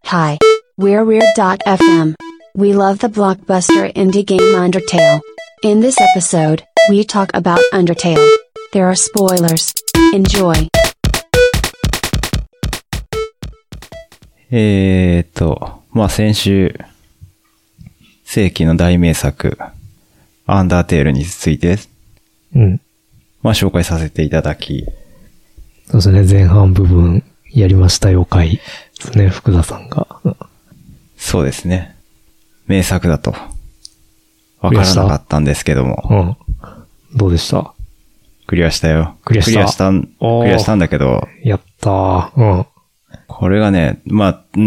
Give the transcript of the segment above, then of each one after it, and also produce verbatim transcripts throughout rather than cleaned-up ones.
Hi, we're Weird dot f m. We love the blockbuster indie game Undertale. In this episode, we talk about Undertale. There are spoilers. Enjoy. えーっと、まあ、先週、世紀の大名作、アンダーテールについて、 うん。 まあ、紹介させていただき、 そうですね、前半部分やりましたよ回ですね、福田さんが。うん、 そうですね。名作だと。わからなかったんですけども。 うん。どうでした？ クリアしたよ。 クリアした。 クリアしたん、クリアしたんだけど。 やったー。うん。 これがね、まあ、うん、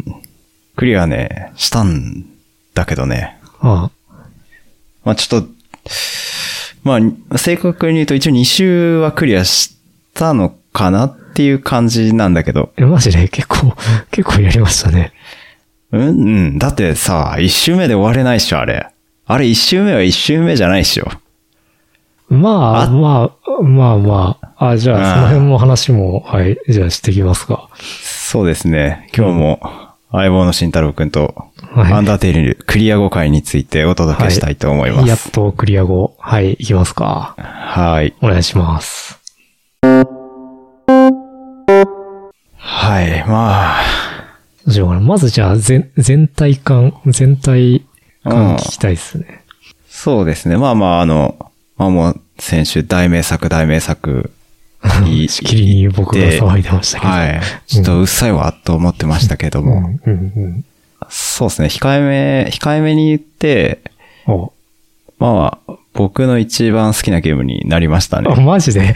クリアね、したんだけどね。 ああ。 まあちょっと、まあ、正確に言うと一応に周はクリアしたのかなっていう感じなんだけど。 え、マジで結構、結構やりましたね。 うんうん。だってさ、一周目で終われないっしょ、あれ。あれ一周目は一周目じゃないっしょ。 まあ、 あまあ、まあまあ。あ、じゃあ、その辺も話も、はい、じゃあしてきますか。 そうですね。今日も、相棒の慎太郎くんと、 はい、 アンダーテールクリア後回についてお届けしたいと思います。 はい、やっとクリア後、はい、いきますか。 はい。 お願いします。 はい、まあ。 どうしようかな。まずじゃあ、全、全体感、全体感聞きたいですね、うん。 そうですね。まあまあ、あの、まあもう、先週大名作、大名作。 しきりに僕が騒いでましたけど。 はい。ちょっとうっさいわ、と思ってましたけども。 うんうんうん、 そうですね。控えめ、控えめに言って、 おまあ、僕の一番好きなゲームになりましたね。 あ、マジで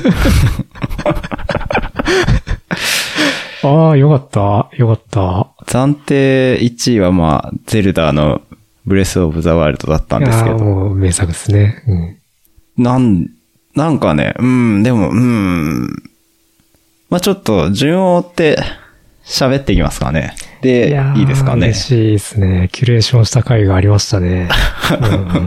ああ、よかった。よかった。 暫定いちいはまあ、ゼルダのブレスオブザワイルドだったんですけど。 いやもう名作ですね。うん。 なん、なんかね、うん、でも、うん。まあちょっと、順を追って喋っていきますかね。で、いいですかね。 嬉しいですね。キュレーションした回がありましたね。うん、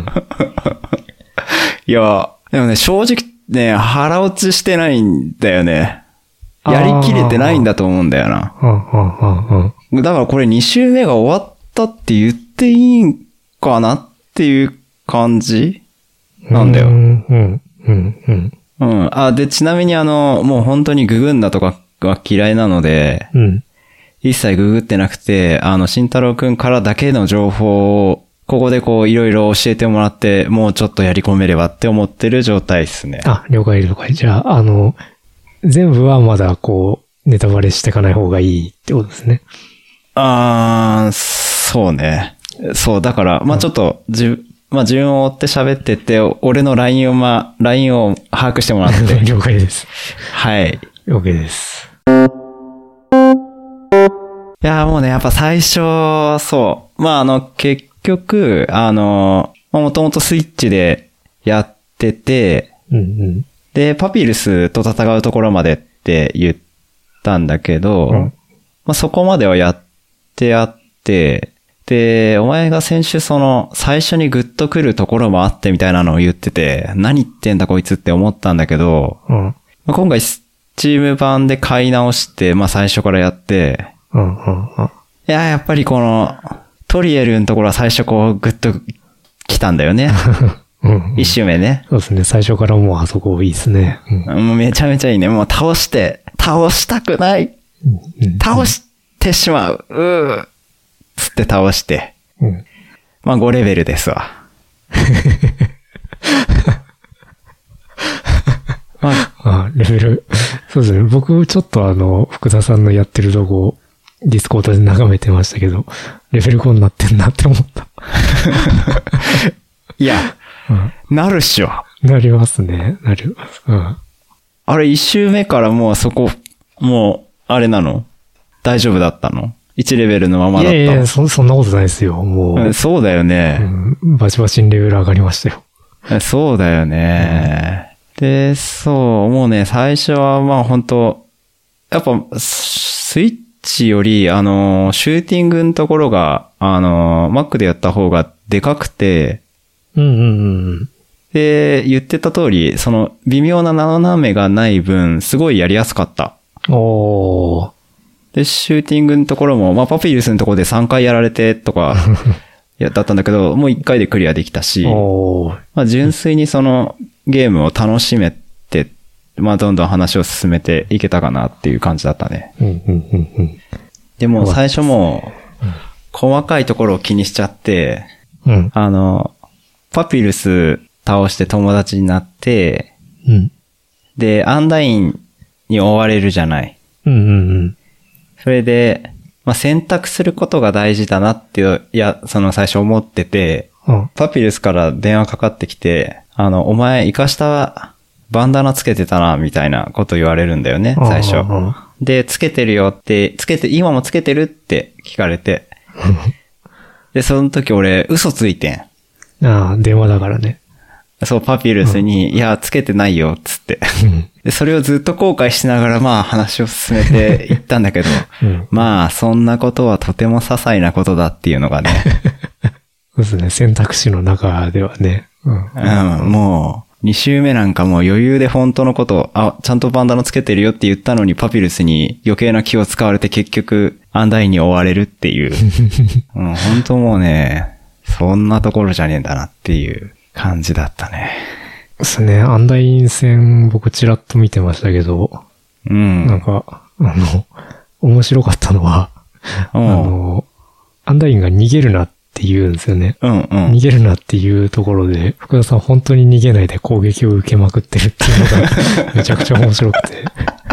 いや、でもね、正直ね、腹落ちしてないんだよね。やりきれてないんだと思うんだよな。だからこれに周目が終わったって言っていいんかなっていう感じなんだよ。 うんうんうんうんうん。あ、で、ちなみにあの、もう本当にググんだとかは嫌いなので、 うん、 一切ググってなくて、あの、慎太郎くんからだけの情報を、ここでこういろいろ教えてもらって、もうちょっとやり込めればって思ってる状態ですね。 あ、了解了解。じゃあ、あの、全部はまだこう、ネタバレしていかない方がいいってことですね。 あー、そうね。そう、だから、まあちょっと、じ、まあ順を追って喋ってて、俺の ライン をまあ、ライン を把握してもらって。 了解です。 はい。 了解です。 いや、もうね、やっぱ最初、そう。まああの、結局、あの、もともとスイッチでやってて、 うんうん、 で、パピルスと戦うところまでって言ったんだけど、うん、まあ、そこまではやってあって、で、お前が先週その、最初にグッと来るところもあってみたいなのを言ってて、何言ってんだこいつって思ったんだけど、 うん、 まあ、今回スチーム版で買い直して、まあ最初からやって、 うんうんうん、 いや、やっぱりこの、トリエルのところは最初こう、グッと来たんだよね。 うんうん、 一周目ね。 そうですね。最初からもうあそこいいですね。 うん、もうめちゃめちゃいいね。もう倒して、倒したくない。うん、倒してしまう。うー。つって倒して。 うん、 まあごレベルですわ。 まあ、あ、レベル。そうですね。僕ちょっとあの、福田さんのやってるとこ、ディスコードで眺めてましたけど、レベルごになってんなって思った。 いや、うん、なるっしょ。 なりますね。なります。うん。 あれ、一周目からもうそこ、もう、あれなの？大丈夫だったの？ いち レベルのままだったの？ いやいや、そ、そんなことないですよ。もう。 うん、そうだよね、 うん。バチバチにレベル上がりましたよ。 そうだよね、うん。で、そう、もうね、最初はまあ本当やっぱ、スイッチより、あの、シューティングのところが、あの、Mac でやった方がでかくて、 うんうんうん。 で、言ってた通り、その、微妙な斜めがない分、すごいやりやすかった。 おー。 で、シューティングのところも、まあ、パピルスのところでさんかいやられてとか、やだったんだけど、もういっかいでクリアできたし、まあ、純粋にそのゲームを楽しめて、まあ、どんどん話を進めていけたかなっていう感じだったね。 うんうんうんうん、 でも最初もう、細かいところを気にしちゃって、 うん、 あの、パピルス倒して友達になって、 うん、 で、アンダインに追われるじゃない。 うんうんうん、 それで、まあ、選択することが大事だなって、いや、その最初思ってて、 うん、 パピルスから電話かかってきて、あの、お前、生かしたバンダナつけてたな、みたいなこと言われるんだよね、最初。で、つけてるよって、つけて、今もつけてるって聞かれて。で、その時俺、嘘ついてん。 ああ、電話だからね。 そう、パピルスに、うん、いや、つけてないよ、つって。で、それをずっと後悔しながら、まあ話を進めていったんだけど、うん、まあ、そんなことはとても些細なことだっていうのがね。 そうですね、選択肢の中ではね。 うん、うん、もう、に周目なんかもう余裕で本当のことを、あ、ちゃんとバンダナつけてるよって言ったのに、パピルスに余計な気を使われて結局、アンダインに追われるっていう。うん、本当もうね、そんなところじゃねえんだなっていう感じだったね。 ですね。アンダイン戦僕ちらっと見てましたけど、 うん。 なんか、あの、面白かったのは、あの、アンダインが逃げるなって言うんですよね。 うんうん。 逃げるなっていうところで、福田さん本当に逃げないで攻撃を受けまくってるっていうのがめちゃくちゃ面白くて。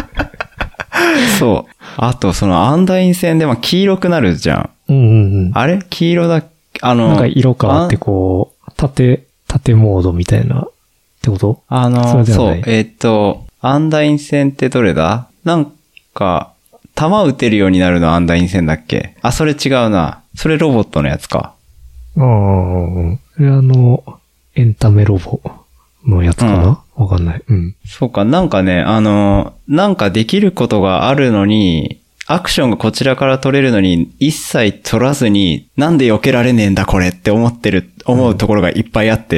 そう。あと、そのアンダイン戦でまあ黄色くなるじゃん。 うんうんうん。 あれ黄色だ、あの、 なんか色変わってこう、縦、縦モードみたいな、ってことあの、そ, そう、えー、っと、アンダイン戦ってどれだなんか、弾撃てるようになるのアンダイン戦だっけあ、それ違うな。それロボットのやつか。 ああ、それあの、エンタメロボのやつかな、うん、わかんない。うん。 そうか、なんかね、あの、なんかできることがあるのに、アクションがこちらから取れるのに、一切取らずに、なんで避けられねえんだこれって思ってる、思うところがいっぱいあって。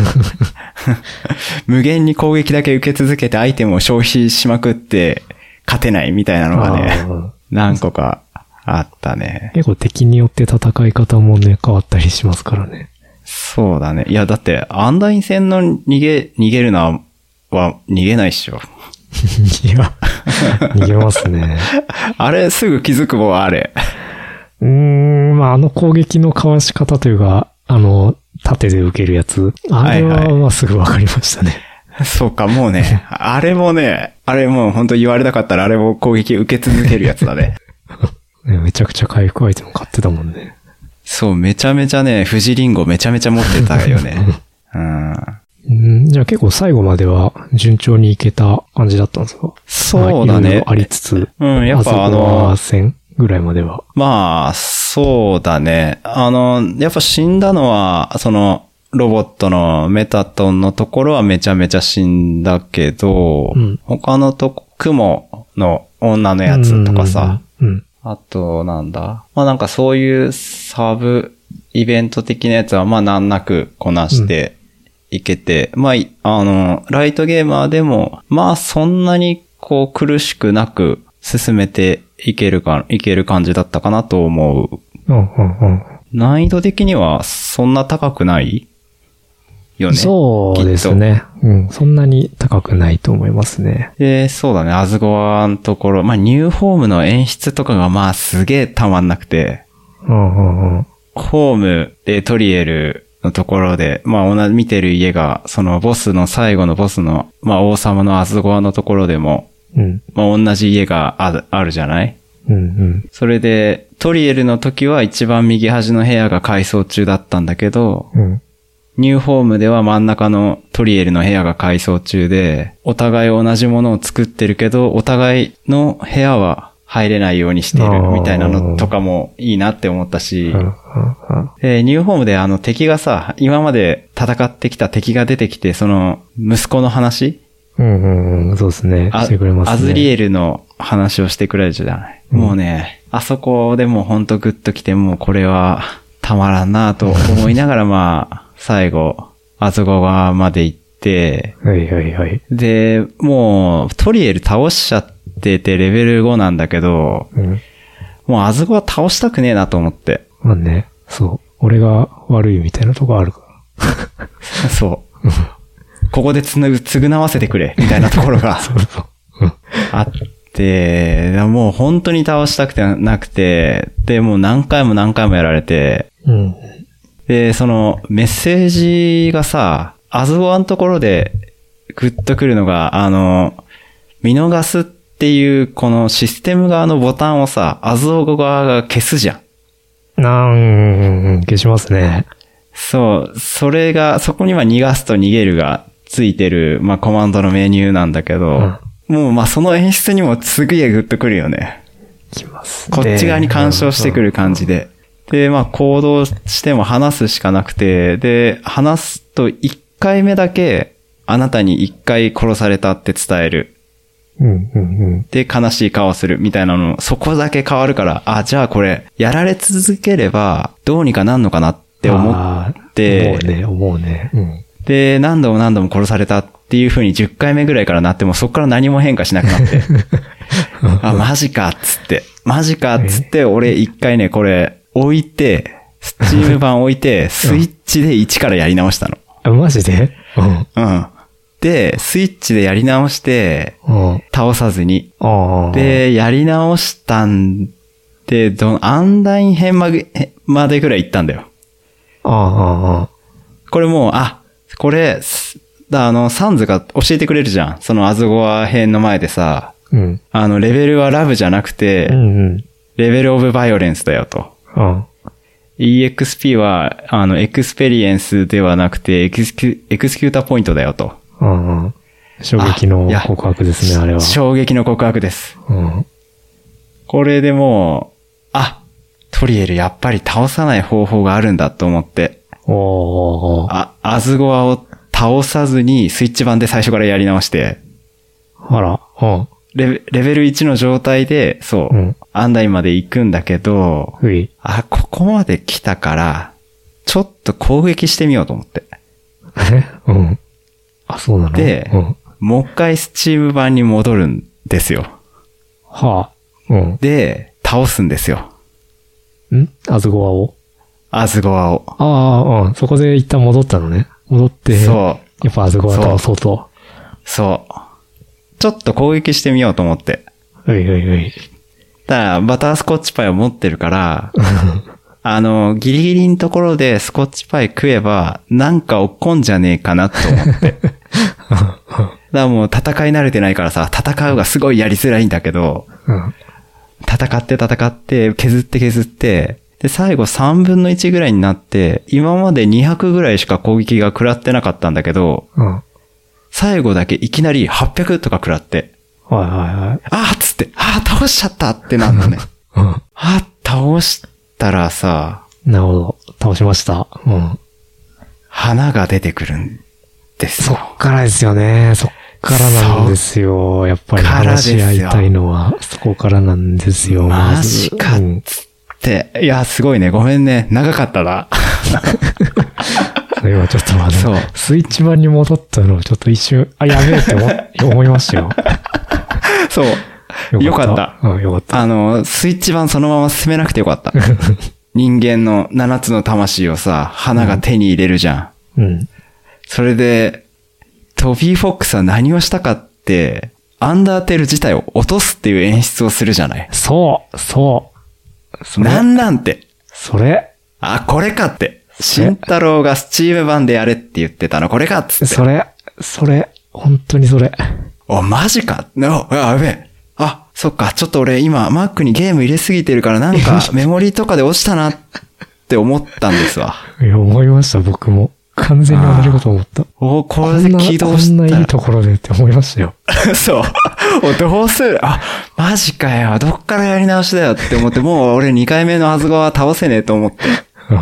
無限に攻撃だけ受け続けてアイテムを消費しまくって勝てないみたいなのがね、何個かあったね。 結構敵によって戦い方もね、変わったりしますからね。 そうだね。いや、だって、アンダイン戦の逃げ、逃げるのは逃げないっしょ。 いや、逃げますね。 あれ、すぐ気づくもん、あれ。 うーん、まあ、あの攻撃のかわし方というか、あの、縦で受けるやつ。あれは、まあ、すぐわかりましたね。 はいはい、そうか、もうね、あれもね、あれもう本当言われなかったら、あれも攻撃受け続けるやつだね。 めちゃくちゃ回復アイテム買ってたもんね。 そう、めちゃめちゃね、富士リンゴめちゃめちゃ持ってたよね。 うん、じゃあ結構最後までは順調にいけた感じだったんですか？ そうだね。 いろいろありつつ。 うん、やっぱあの、 戦ぐらいまでは。 まあ、そうだね。あの、やっぱ死んだのは、その、ロボットのメタトンのところはめちゃめちゃ死んだけど、うん、他のとこ、雲の女のやつとかさ、 うんうんうん、 あと、なんだまあなんかそういうサブイベント的なやつはまあ難なくこなしていけて、うん、まあ、あの、ライトゲーマーでも、まあそんなにこう苦しくなく進めていけるか、いける感じだったかなと思う。 うんうんうん、 難易度的にはそんな高くないよね。 そうですね。うん。そんなに高くないと思いますね。 で、そうだね。アズゴアのところ、まあ、ニューホームの演出とかがまあすげえたまんなくて。 うんうんうん。 ホームでトリエルのところで、まあ、同じ見てる家が、そのボスの最後のボスの、まあ、王様のアズゴアのところでも、 うん。 まあ、同じ家がある、あるじゃない？ うんうん。 それで、トリエルの時は一番右端の部屋が改装中だったんだけど、 うん。 ニューホームでは真ん中のトリエルの部屋が改装中で、お互い同じものを作ってるけど、お互いの部屋は入れないようにしているみたいなのとかもいいなって思ったし、でニューホームであの敵がさ、今まで戦ってきた敵が出てきて、その息子の話、 うんうんうん、そうですね。してくれますね。 アズリエルの話をしてくれるじゃない。うん、もうね、あそこでもうほんとグッときて、もうこれはたまらんなと思いながらまあ、最後、アズゴアまで行って、 はいはいはい。 で、もう、トリエル倒しちゃっっててレベルごなんだけど、うん、もうアズゴは倒したくねえなと思って。 まあね、そう。俺が悪いみたいなとこあるから。 そう。ここでつぐ、償わせてくれ、みたいなところがそうそう、うん、あって、もう本当に倒したくてなくて、で、もう何回も何回もやられて、うん、で、そのメッセージがさ、アズゴワのところでグッとくるのが、あの、見逃すっていうこのシステム側のボタンをさ、アズゴ側が消すじゃん。 なん、消しますね。 そう、それが、そこには逃がすと逃げるがついてる、まあコマンドのメニューなんだけど、うん、もうまあその演出にもすげえグッとくるよね。 きますね。 こっち側に干渉してくる感じで。で、まあ行動しても話すしかなくて、で、話すといっかいめだけ、あなたにいっかい殺されたって伝える。 うんうんうん、 で、悲しい顔するみたいなの、そこだけ変わるから、あ、じゃあこれ、やられ続ければ、どうにかなんのかなって思って、 思うね、思うね。うん、 で、何度も何度も殺されたっていう風にじゅっかいめぐらいからなっても、そこから何も変化しなくなって、あ、マジかっつって、マジかっつって、俺一回ね、これ、置いて、スチーム版置いて、スイッチでいちからやり直したの。 あ、マジで？ うん。うん。で、スイッチでやり直して、倒さずに。で、やり直したんで、どアンダイン編まで、までぐらい行ったんだよ。 ああ。 これもう、あ、これ、だあの、サンズが教えてくれるじゃん。そのアズゴア編の前でさ、うん、あの、レベルはラブじゃなくて、うんうん、レベルオブバイオレンスだよと。 うん、 イーエックスピー は、あの、エクスペリエンスではなくて、エクスキュ、エクスキューターポイントだよと。 うんうん、衝撃の告白ですね、あれは。 衝撃の告白です。 うん、 これでもう、あ、トリエルやっぱり倒さない方法があるんだと思って。 おー。 あ、アズゴアを倒さずにスイッチ版で最初からやり直して。 あら、うん。 レ, レベルいちの状態で、そう、うん、アンダインまで行くんだけど、 うい。 あ、ここまで来たから、ちょっと攻撃してみようと思って。 えうん。あ、そうなの？ で、うん、もう一回スチーム版に戻るんですよ。 はあ。うん。 で、倒すんですよ。 ん？アズゴアを？ アズゴアを。 ああ、うん。そこで一旦戻ったのね。戻って。そう。やっぱアズゴア倒そうと。 そう。ちょっと攻撃してみようと思って。 ういういうい。 だから、バタースコッチパイを持ってるから、あの、ギリギリのところでスコッチパイ食えば、なんか起こんじゃねえかなと思って。だからもう戦い慣れてないからさ、戦うがすごいやりづらいんだけど、 うん、 戦って戦って、削って削って、で、最後さんぶんのいちぐらいになって、今までにひゃくぐらいしか攻撃が食らってなかったんだけど、 うん、 最後だけいきなりはっぴゃくとか食らって、 はいはいはい。 あーっつって、あー倒しちゃったってなるのね。 うん、 あ倒したらさ、 なるほど。倒しました。うん。 花が出てくるんですよ。そっからですよね。そっからなんですよ。やっぱり話し合いたいのは、そこからなんですよ。 マジかっつって。いや、すごいね。ごめんね。長かったな。 今ちょっとまだ、スイッチ版に戻ったのをちょっと一瞬、あ、やべえって思, 思いましたよ。 そう。よかった。 うん、よかった。 あの、スイッチ版そのまま進めなくてよかった。人間の七つの魂をさ、花が手に入れるじゃん。うん。 それで、トビー・フォックスは何をしたかって、アンダーテール自体を落とすっていう演出をするじゃない。 そう、そう。 そなんなんて。 それ。 あ、これかって。慎太郎がスチーム版でやれって言ってたの、これかっつって。 それ、それ、本当にそれ。 お、マジか。お、やべえ。あ、そっか。ちょっと俺今 Mac にゲーム入れすぎてるからなんかメモリーとかで落ちたなって思ったんですわ。 いや、思いました、僕も。完全に同じこと思った。 お、これで起動したら。 こんないいところでって思いましたよ。 そう。お、どうする？あ、マジかよ。どっからやり直しだよって思って、もう俺にかいめのアズゴは倒せねえと思って。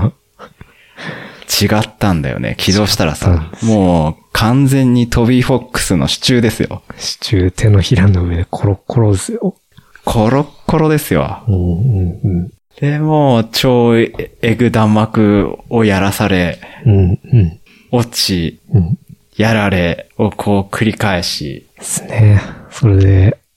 違ったんだよね。起動したらさ、もう完全にトビー・フォックスの支柱ですよ。 支柱、手のひらの上でコロッコロですよ。 コロッコロですよ。 うんうんうん、 で、もう超エグ弾幕をやらされ、 うんうん、 落ち、 うん、 やられをこう繰り返し。 ですね。それで、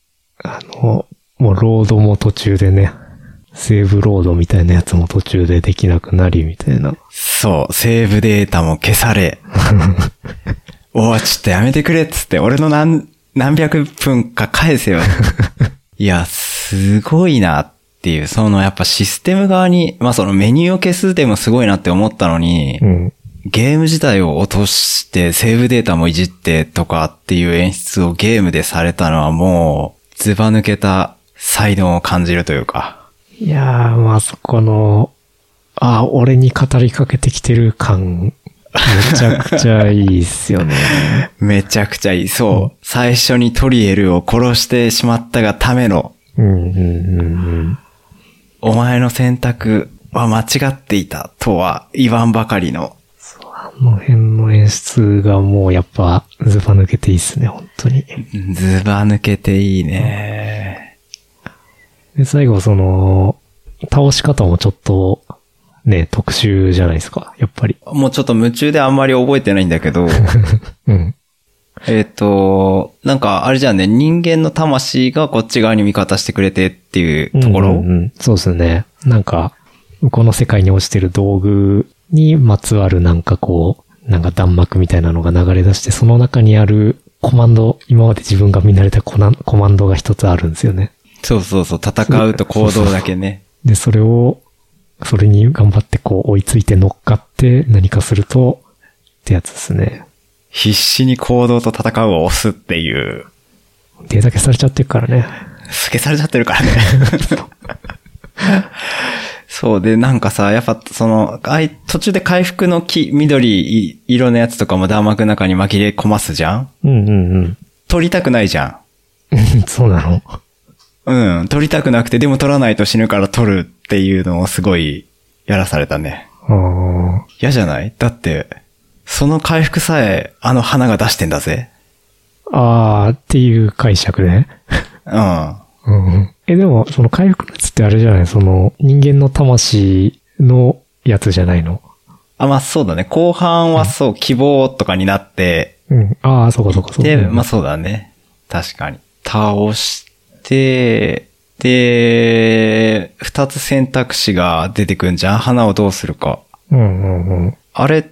あの、もうロードも途中でね、セーブロードみたいなやつも途中でできなくなりみたいな。 そう、セーブデータも消され。おい、ちょっとやめてくれっつって、俺の何、何百分か返せよ。いや、すごいなっていう、そのやっぱシステム側に、まあそのメニューを消すでもすごいなって思ったのに、うん、ゲーム自体を落としてセーブデータもいじってとかっていう演出をゲームでされたのはもう、ずば抜けた才能を感じるというか。 いやー、まあそこの、あ、俺に語りかけてきてる感、めちゃくちゃいいっすよね。 めちゃくちゃいい。そう、うん。最初にトリエルを殺してしまったがための。 うんうんうんうん。 お前の選択は間違っていたとは言わんばかりの。 そう、あの辺の演出がもうやっぱズバ抜けていいっすね、本当に。 ズバ抜けていいね。 で、最後その、倒し方もちょっと、ね、特殊じゃないですか、やっぱり。 もうちょっと夢中であんまり覚えてないんだけど。 うん。 えっと、なんかあれじゃんね、人間の魂がこっち側に味方してくれてっていうところ、うんうんうん、 そうですね。なんか、この世界に落ちてる道具にまつわるなんかこう、なんか弾幕みたいなのが流れ出して、その中にあるコマンド、今まで自分が見慣れたコナコマンドが一つあるんですよね。 そうそうそう、戦うと行動だけね。 で、それを、それに頑張ってこう追いついて乗っかって何かすると、ってやつですね。 必死に行動と戦うを押すっていう。 データ消されちゃってるからね。 消されちゃってるからね。そうで、なんかさ、やっぱその、あい、途中で回復の木、緑色のやつとかも弾幕の中に紛れ込ますじゃん？ うんうんうん。 取りたくないじゃん。そうなの？ うん、取りたくなくて、でも取らないと死ぬから取るっていうのをすごいやらされたね。嫌じゃない？だって、その回復さえあの花が出してんだぜ。 あーっていう解釈ね。 うん。 うん。え、でも、その回復のやつってあれじゃない？その人間の魂のやつじゃないの？ あ、まあそうだね。後半はそう、うん、希望とかになって。 うん。ああ、そうかそうかそうか。 で、まあそうだね。確かに。倒して、で、二つ選択肢が出てくんじゃん？花をどうするか。 うんうんうん。 あれって、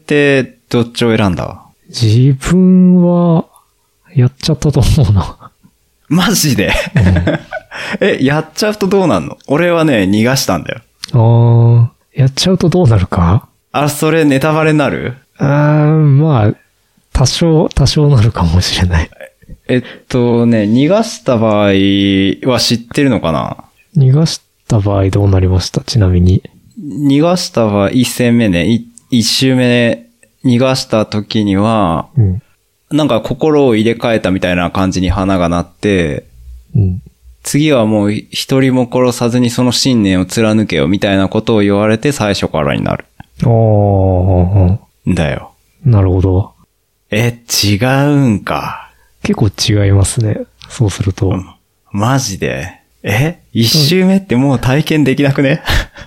どっちを選んだ？ 自分は、やっちゃったと思うな。 マジで、うん、え、やっちゃうとどうなんの？俺はね、逃がしたんだよ。 ああ、やっちゃうとどうなるか？あ、 それネタバレになる？ あー、まあ、多少、多少なるかもしれない。 えっとね、逃がした場合は知ってるのかな？ 逃がした場合どうなりました？ちなみに。 逃がした場合、一戦目ね、い一周目逃がした時には、うん、なんか心を入れ替えたみたいな感じに花がなって、うん、次はもう一人も殺さずにその信念を貫けよみたいなことを言われて最初からになる。 おー。 だよ。 なるほど。 え、違うんか。 結構違いますね。そうすると。うん、 マジで？え？一周目ってもう体験できなくね？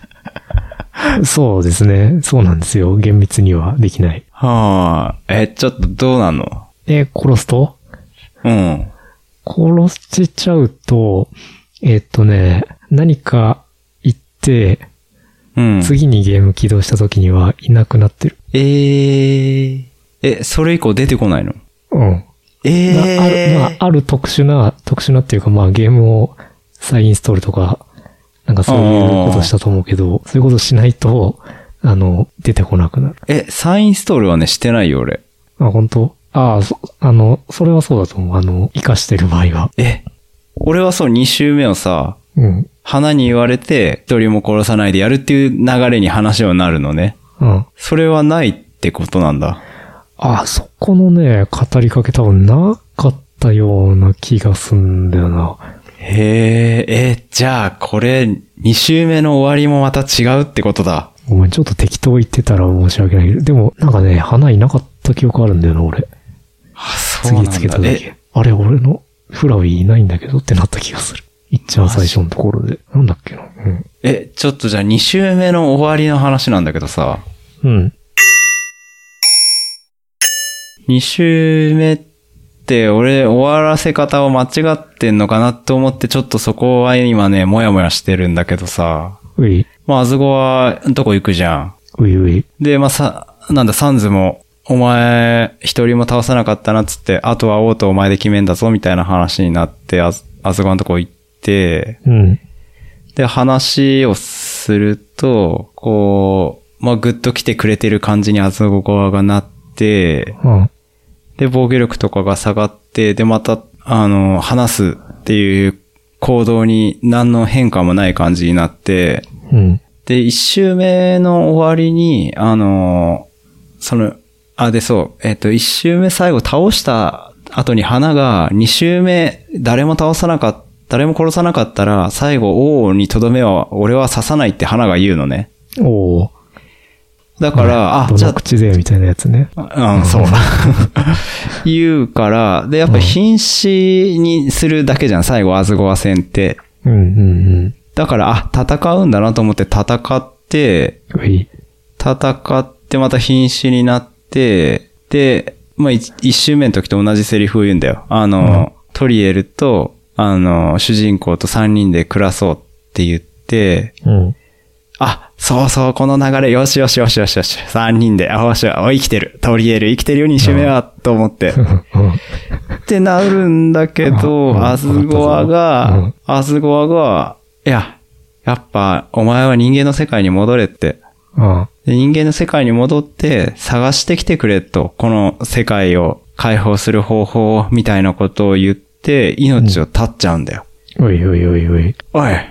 そうですね。そうなんですよ。厳密にはできない。 はあ。え、ちょっとどうなんの？ え、殺すと？ うん。 殺しちゃうと、えっとね、何か言って、うん、次にゲーム起動した時にはいなくなってる。 えー。え、それ以降出てこないの？ うん。 えー。 ある、まあ、ある特殊な、特殊なっていうか、まあ、ゲームを再インストールとか、なんかそういうことしたと思うけど、そういうことしないと、あの、出てこなくなる。 え、再インストールはね、してないよ、俺。 あ、本当？ああ、そ、あの、それはそうだと思う。あの、活かしてる場合は。 え、俺はそう、に周目をさ、 うん。 花に言われて、一人も殺さないでやるっていう流れに話はなるのね。 うん。 それはないってことなんだ。 ああ、そこのね、語りかけ多分なかったような気がすんだよな。 へえ、え、じゃあ、これ、に周目の終わりもまた違うってことだ。 ごめん、ちょっと適当言ってたら申し訳ないけど、でも、なんかね、花いなかった記憶あるんだよな、俺。 あ、そうなんだ。 次つけた時。あれ、俺のフラウィいないんだけどってなった気がする。いっちゃん最初のところで。なんだっけな。うん。 え、ちょっとじゃあに周目の終わりの話なんだけどさ。 うん。 に周目って俺終わらせ方を間違ってんのかなと思ってちょっとそこは今ね、もやもやしてるんだけどさ。 うい。 まあ、あずごは、どこ行くじゃん。 ういうい。 で、まあ、さ、なんだ、サンズも、お前、一人も倒さなかったなっつって、あとは王とお前で決めんだぞ、みたいな話になって、あず、あずごのとこ行って、 うん。 で、話をすると、こう、まあ、ぐっと来てくれてる感じにあずご側がなって、 うん。 で、防御力とかが下がって、で、また、あの、話すっていう行動に何の変化もない感じになって、 うん。 で、一周目の終わりに、あの、その、あ、で、そう、えっと、一周目最後倒した後に花が、二周目誰も倒さなかった、誰も殺さなかったら、最後王にとどめは俺は刺さないって花が言うのね。 おー。 だから、ね、あ、じゃあ。 どの口でみたいなやつね。 うん、そう。言うから、で、やっぱ瀕死にするだけじゃん、最後、アズゴア戦って。 うんうんうん。 だから、あ、戦うんだなと思って戦って、戦ってまた瀕死になって、で、まあ、一周目の時と同じセリフを言うんだよ。あの、うん、トリエルと、あの、主人公と三人で暮らそうって言って、 うん、 あ、そうそう、この流れ、よしよしよしよしよし、三人で、あ、よし、お、生きてる。トリエル生きてるよ、二周目は、うん、と思って。ってなるんだけど、アズゴアが、うん、アズゴアが、いや、やっぱ、お前は人間の世界に戻れって。 うん、 で人間の世界に戻って探してきてくれと、この世界を解放する方法みたいなことを言って命を絶っちゃうんだよ。 うん、おいおいおいおい。 おい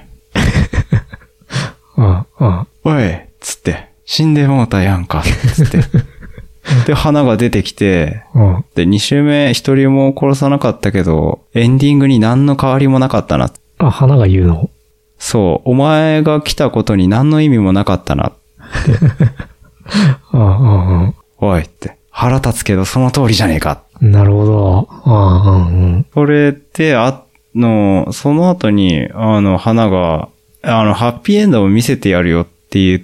ああおいつって、死んでもうたやんかつって。で、花が出てきて、で、二周目一人も殺さなかったけど、エンディングに何の変わりもなかったな。 あ、花が言うの？ そう、お前が来たことに何の意味もなかったな。 ああああおいって。腹立つけどその通りじゃねえか。 なるほど。ああうん、 それで、あの、その後に、あの、花が、あの、ハッピーエンドを見せてやるよって言って、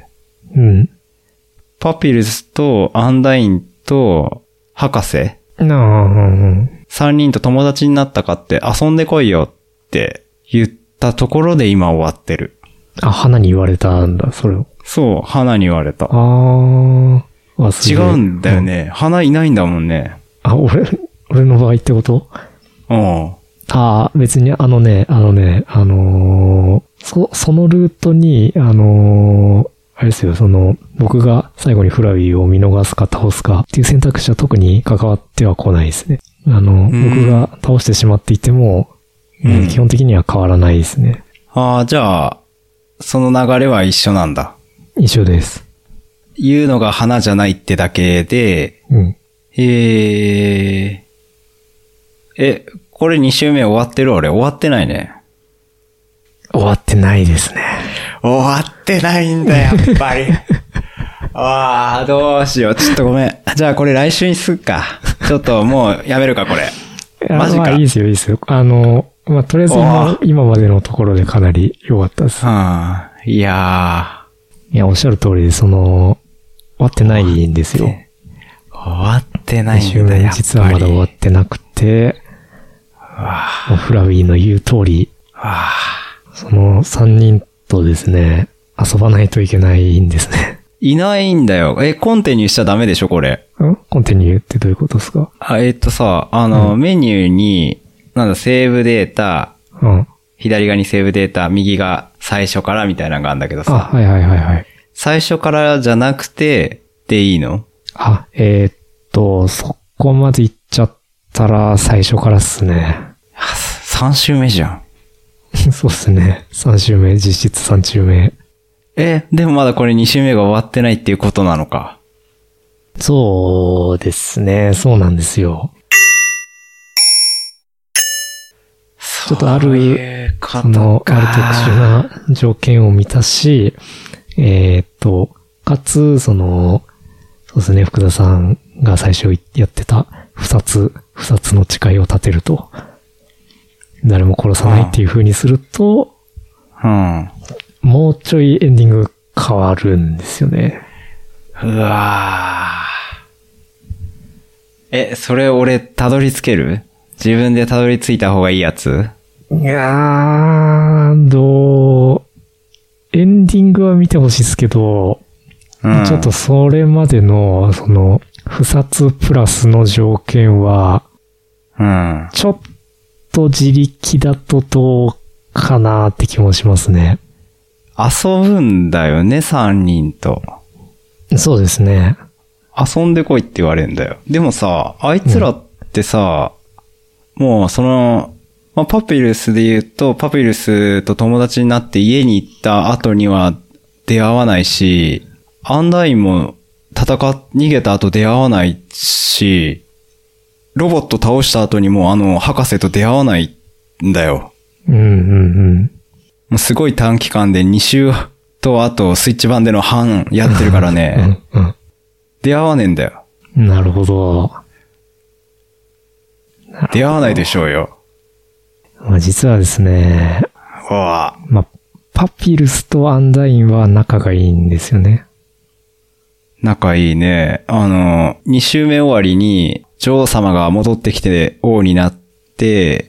うん。 パピルスとアンダインと博士。 なあ、うん。 三人と友達になったかって遊んでこいよって言ったところで今終わってる。 あ、花に言われたんだ、それを。 そう、花に言われた。 あー。あ違うんだよね、うん。花いないんだもんね。 あ、俺、俺の場合ってこと？ うん。 ああ、別にあのね、あのね、あのー、そ、そのルートに、あのー、あれですよ、その、僕が最後にフラウィを見逃すか倒すかっていう選択肢は特に関わっては来ないですね。あの、僕が倒してしまっていても、うん、基本的には変わらないですね。 ああ、じゃあ、その流れは一緒なんだ。 一緒です。 言うのが花じゃないってだけで、 うん。 えー、え、これに周目終わってる？俺終わってないね。 終わってないですね。 終わってないんだ、やっぱり。ああ、どうしよう。ちょっとごめん。じゃあこれ来週にすっか。ちょっともうやめるか、これ。マジか。 まあいいですよ、いいですよ。あの、まあとりあえず今、今までのところでかなり良かったです。 はあ、いやー。いや、おっしゃる通りで、その、終わってないんですよ。 終わってないんだ、 に週目実はまだ終わってなくて、もうフラウィーの言う通り、そのさんにんとですね、遊ばないといけないんですね。 いないんだよ。え、コンティニューしちゃダメでしょ、これ。 んコンティニューってどういうことですか？ あ、えっとさ、あの、うん、メニューに、なんだ、セーブデータ、 うん、 左側にセーブデータ、右が最初からみたいなのがあるんだけどさ。 あ、はいはいはいはい。 最初からじゃなくて、でいいの？ あ、えー、っと、そこまで行っちゃったら最初からっすね。 さん週目じゃん。 そうっすね。さん週目、実質さん週目。 え、でもまだこれに週目が終わってないっていうことなのか。 そうですね。そうなんですよ。ちょっとある、その、ある特殊な条件を満たし、えー、っと、かつ、その、そうですね、福田さんが最初やってた、二つ、二つの誓いを立てると、誰も殺さないっていう風にすると、 うん。 もうちょいエンディング変わるんですよね。 うわえ、それ俺たどり着ける？自分でたどり着いた方がいいやつ？ いやー、どう、エンディングは見てほしいですけど、うん、ちょっとそれまでの、その、不殺プラスの条件は、 うん、 ちょっと自力だとどうかなって気もしますね。 遊ぶんだよね、三人と。 そうですね。 遊んでこいって言われるんだよ。でもさ、あいつらってさ、うん、もうその、まあ、パピルスで言うと、パピルスと友達になって家に行った後には出会わないし、アンダインも戦っ、逃げた後出会わないし、ロボット倒した後にもあの、博士と出会わないんだよ。 うんうんうん。 もうすごい短期間でに週とあとスイッチ版での半やってるからね。うんうん、出会わねえんだよ。 なるほど。 出会わないでしょうよ。 まあ、実はですね。 わあ。 まあ、パピルスとアンダインは仲がいいんですよね。 仲いいね。あの、に週目終わりに女王様が戻ってきて王になって、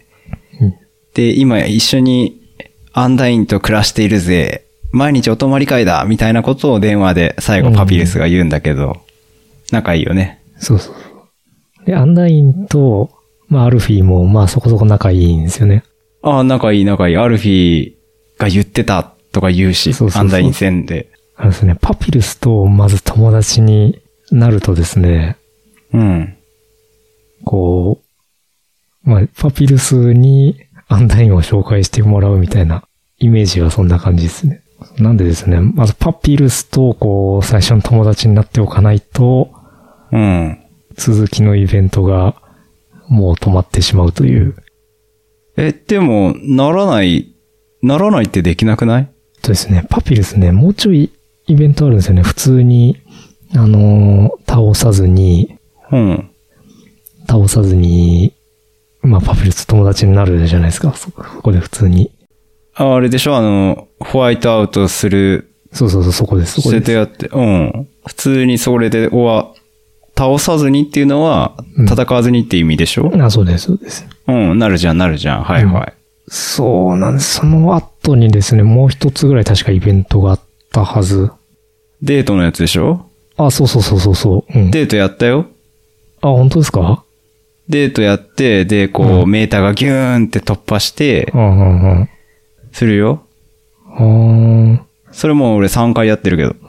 うん、で、今一緒にアンダインと暮らしているぜ。毎日お泊まり会だみたいなことを電話で最後パピルスが言うんだけど、うん、仲いいよね。 そうそう。で、アンダインと、まあ、アルフィーも、まあ、そこそこ仲いいんですよね。 ああ、仲いい仲いい。アルフィーが言ってたとか言うし、そうそうそう、アンダイン戦で。 あのですね、パピルスとまず友達になるとですね、 うん。 こう、まあ、パピルスにアンダインを紹介してもらうみたいなイメージはそんな感じですね。なんでですね、まずパピルスとこう、最初の友達になっておかないと、 うん。 続きのイベントがもう止まってしまうという。 え、でも、ならない、ならないってできなくない？ そうですね、パピルスね、もうちょいイベントあるんですよね。普通に、あのー、倒さずに、 うん。 倒さずに、まあ、パピルス友達になるじゃないですか。そこで普通に。 あ、あれでしょ？あの、ホワイトアウトする。 そうそうそう、そこです。そこです。 してやって、うん。普通にそれで、おわ、倒さずにっていうのは、戦わずにって意味でしょ？ うん、あ、そうです、そうです。 うん、なるじゃん、なるじゃん。はいはい。うん、 そうなんです。その後にですね、もう一つぐらい確かイベントがあったはず。 デートのやつでしょ？ あ、そうそうそうそうそう、うん。 デートやったよ。 あ、本当ですか？ デートやって、で、こう、うん、メーターがギューンって突破して、 うんうんうん、 するよ。 あー。 それも俺さんかいやってるけど。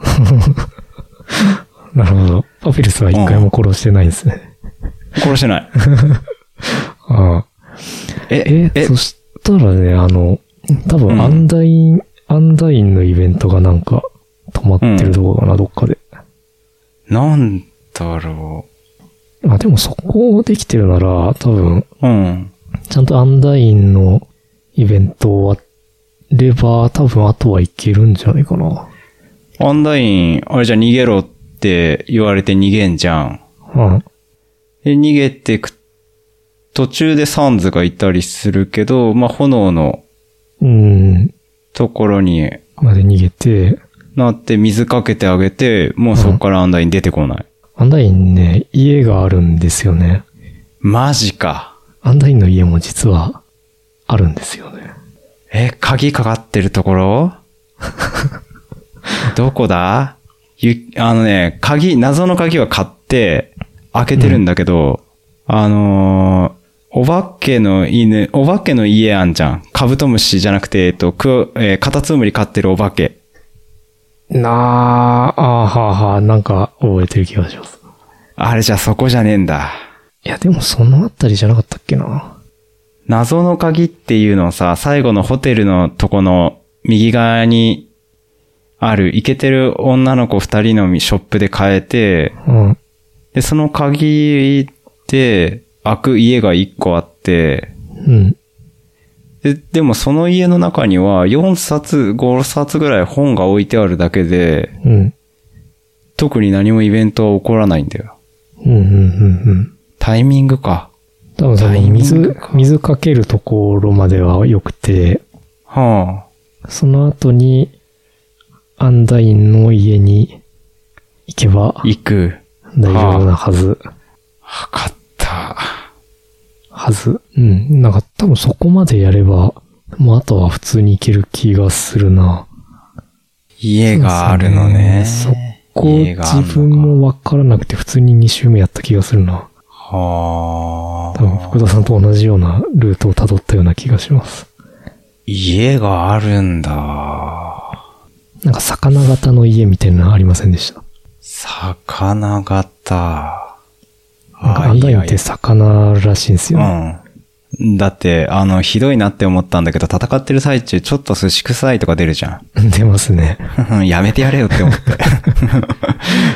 なるほど。パピルスはいっかいも殺してないんですね。 うん、殺してない。 ああ。え、え、そしたらね、あの、多分アンダイン、うん、アンダインのイベントがなんか止まってるとこかな、うん、どっかで。 なんだろう。あ、でもそこできてるなら、多分、 うん。 ちゃんとアンダインのイベント終われば、多分あとはいけるんじゃないかな。 アンダイン、あれじゃ逃げろって言われて逃げんじゃん。 うん。 で、逃げてく、途中でサンズがいたりするけど、まあ、炎の、 うん。 ところに、 まで逃げて、 なって水かけてあげて、もうそこからアンダイン出てこない。 うん、アンダインね、家があるんですよね。 マジか。 アンダインの家も実は、あるんですよね。 え、鍵かかってるところどこだ？ゆ、あのね、鍵、謎の鍵は買って、開けてるんだけど、うん、あのー、お化けの犬、お化けの家あんじゃん。カブトムシじゃなくて、えっと、く、えー、カタツムリ飼ってるお化け。 なあ、あーはーはー、なんか覚えてる気がします。 あれじゃそこじゃねえんだ。 いや、でもそのあたりじゃなかったっけな。 謎の鍵っていうのをさ、最後のホテルのとこの右側にあるイケてる女の子二人のショップで買えて、 うん、 で、その鍵で開く家が一個あって、 うん、 で、でもその家の中にはよんさつ、ごさつぐらい本が置いてあるだけで、 うん、 特に何もイベントは起こらないんだよ。 うんうんうんうん、 タイミングか。 多分その水、水かけるところまでは良くて、 はあ、その後に、アンダインの家に行けば、 行く。 大丈夫なはず。 はかっはず。うん。なんか多分そこまでやれば、もうあとは普通にいける気がするな。 家があるのね。 そこ自分もわからなくて普通にに周目やった気がするな。 はあ。 多分福田さんと同じようなルートを辿ったような気がします。家があるんだ。 なんか魚型の家みたいなのありませんでした？ 魚型。 なんか案外って魚らしいんですよね。 うん。だって、あの、ひどいなって思ったんだけど、戦ってる最中、ちょっと寿司臭いとか出るじゃん。 出ますね。 やめてやれよって思って。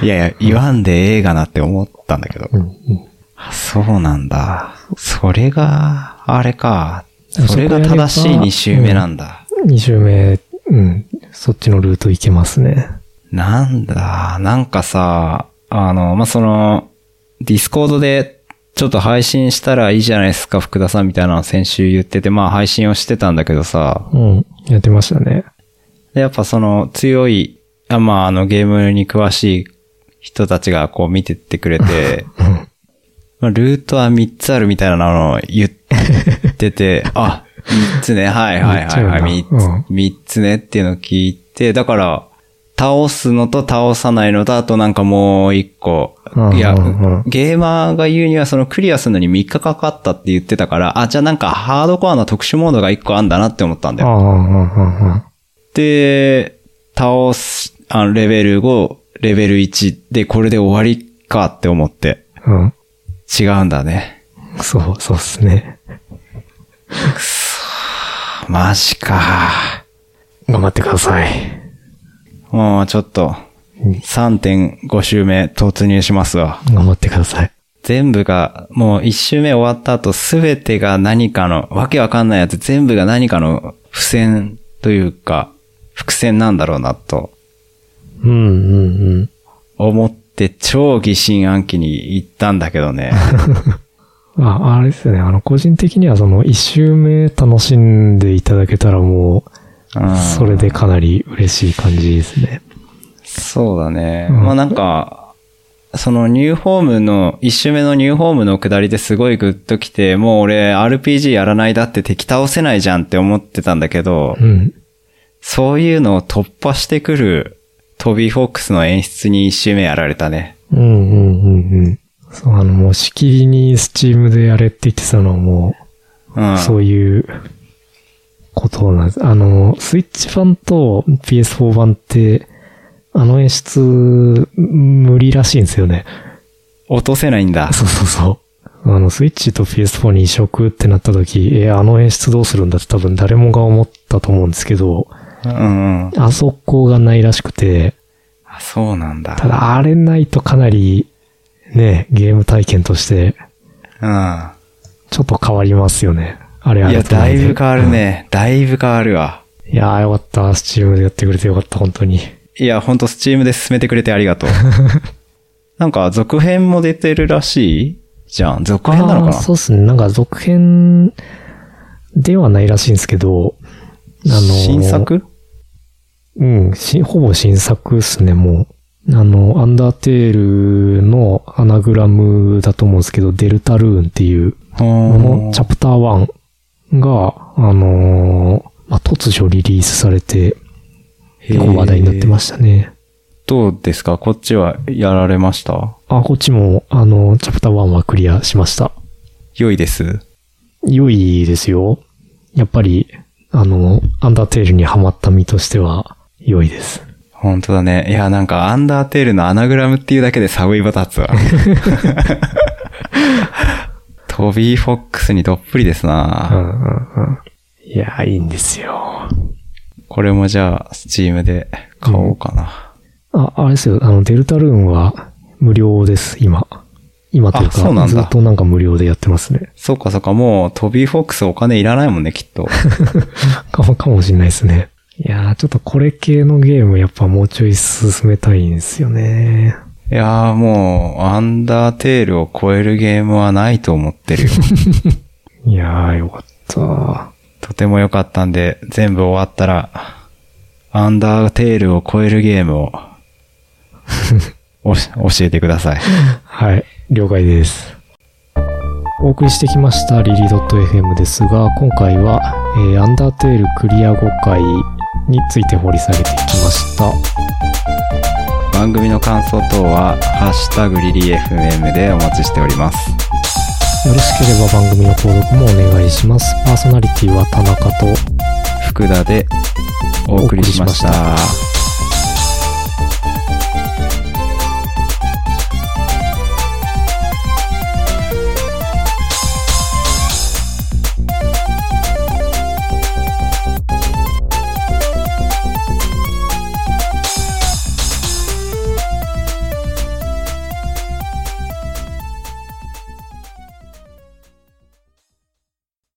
いやいや、言わんでええがなって思ったんだけど。うんうん、そうなんだ。それが、あれか。それが正しいに周目なんだ。 うん、に周目、うん。そっちのルート行けますね。 なんだ、なんかさ、あの、まあ、その、ディスコードで、ちょっと配信したらいいじゃないですか、福田さんみたいなの先週言ってて、まあ配信をしてたんだけどさ。 うん、やってましたね。 で、やっぱその強い、あまああのゲームに詳しい人たちがこう見てってくれて、うんまあ、ルートはみっつあるみたいなのを言ってて、あ、みっつね、はいはいはいはい、みっつ、うん、みっつねっていうのを聞いて、だから、倒すのと倒さないのと、あとなんかもう一個。いや、ゲーマーが言うにはそのクリアするのにみっかかかったって言ってたから、あ、じゃあなんかハードコアの特殊モードが一個あんだなって思ったんだよ。で、倒す、あの、レベルご、レベルいちでこれで終わりかって思って。うん。違うんだね。 そう、そうっすね。 くそー、マジか。 頑張ってください。 もうちょっと、さんてんご 周目突入しますわ。 頑張ってください。 全部が、もういち周目終わった後、すべてが何かの、わけわかんないやつ全部が何かの付箋というか、伏線なんだろうなと。 うんうんうん。 思って超疑心暗鬼に行ったんだけどね。 あ、あれですよね。あの、個人的にはそのいち周目楽しんでいただけたらもう、それでかなり嬉しい感じですね。 そうだね。うん、まあなんか、そのニューホームの、一周目のニューホームの下りですごいグッときて、もう俺 アールピージー やらないだって敵倒せないじゃんって思ってたんだけど、うん、そういうのを突破してくるトビー・フォックスの演出に一周目やられたね。 うんうんうんうん。そう、あのもうしきりにスチームでやれって言ってたのはもう、うん、そういう、ことなんです。あの、スイッチ版と ピーエスフォー 版って、あの演出、無理らしいんですよね。 落とせないんだ。 そうそうそう。あの、スイッチと ピーエスフォー に移植ってなった時、え、あの演出どうするんだって多分誰もが思ったと思うんですけど、うんうん、あそこがないらしくて、 あ、そうなんだ。 ただ、あれないとかなり、ね、ゲーム体験として、うん。ちょっと変わりますよね。あれあれ。 いや、だいぶ変わるね。うん、だいぶ変わるわ。 いやーよかった。スチームでやってくれてよかった、本当に。 いや、ほんとスチームで進めてくれてありがとう。なんか、続編も出てるらしいじゃん。続編なのかな？ そうっすね。なんか、続編ではないらしいんですけど、 あのー、新作？ うん、し、ほぼ新作っすね、もう。あの、アンダーテールのアナグラムだと思うんですけど、デルタルーンっていうもの、チャプターワンが、あのー、まあ、突如リリースされて、結構話題になってましたね。 どうですか？こっちはやられました？ あ、こっちも、あの、チャプターワンはクリアしました。 良いです。 良いですよ。やっぱり、あの、アンダーテールにハマった身としては、良いです。 本当だね。いや、なんか、アンダーテールのアナグラムっていうだけで寒いバタつわ。トビー・フォックスにどっぷりですな、うんうんうん、 いや、いいんですよ。 これもじゃあ、スチームで買おうかな。 うん、あ、あれですよ。あの、デルタルーンは無料です、今。今というか、なんずっとなんか無料でやってますね。 そうかそうか、もうトビー・フォックスお金いらないもんね、きっと。 かも、かもしれないですね。いやー、ちょっとこれ系のゲームやっぱもうちょい進めたいんですよね。 いやーもう、アンダーテールを超えるゲームはないと思ってるよ。 いやー、よかった。 とても良かったんで、全部終わったら、アンダーテールを超えるゲームを、お教えてください。 はい、了解です。 お送りしてきましたリリー .fm ですが、今回は、えー、アンダーテールクリアごかいについて掘り下げてきました。 番組の感想等はハッシュタグリリー エフエム でお待ちしております。 よろしければ番組の購読もお願いします。パーソナリティは田中と福田でお送りしました。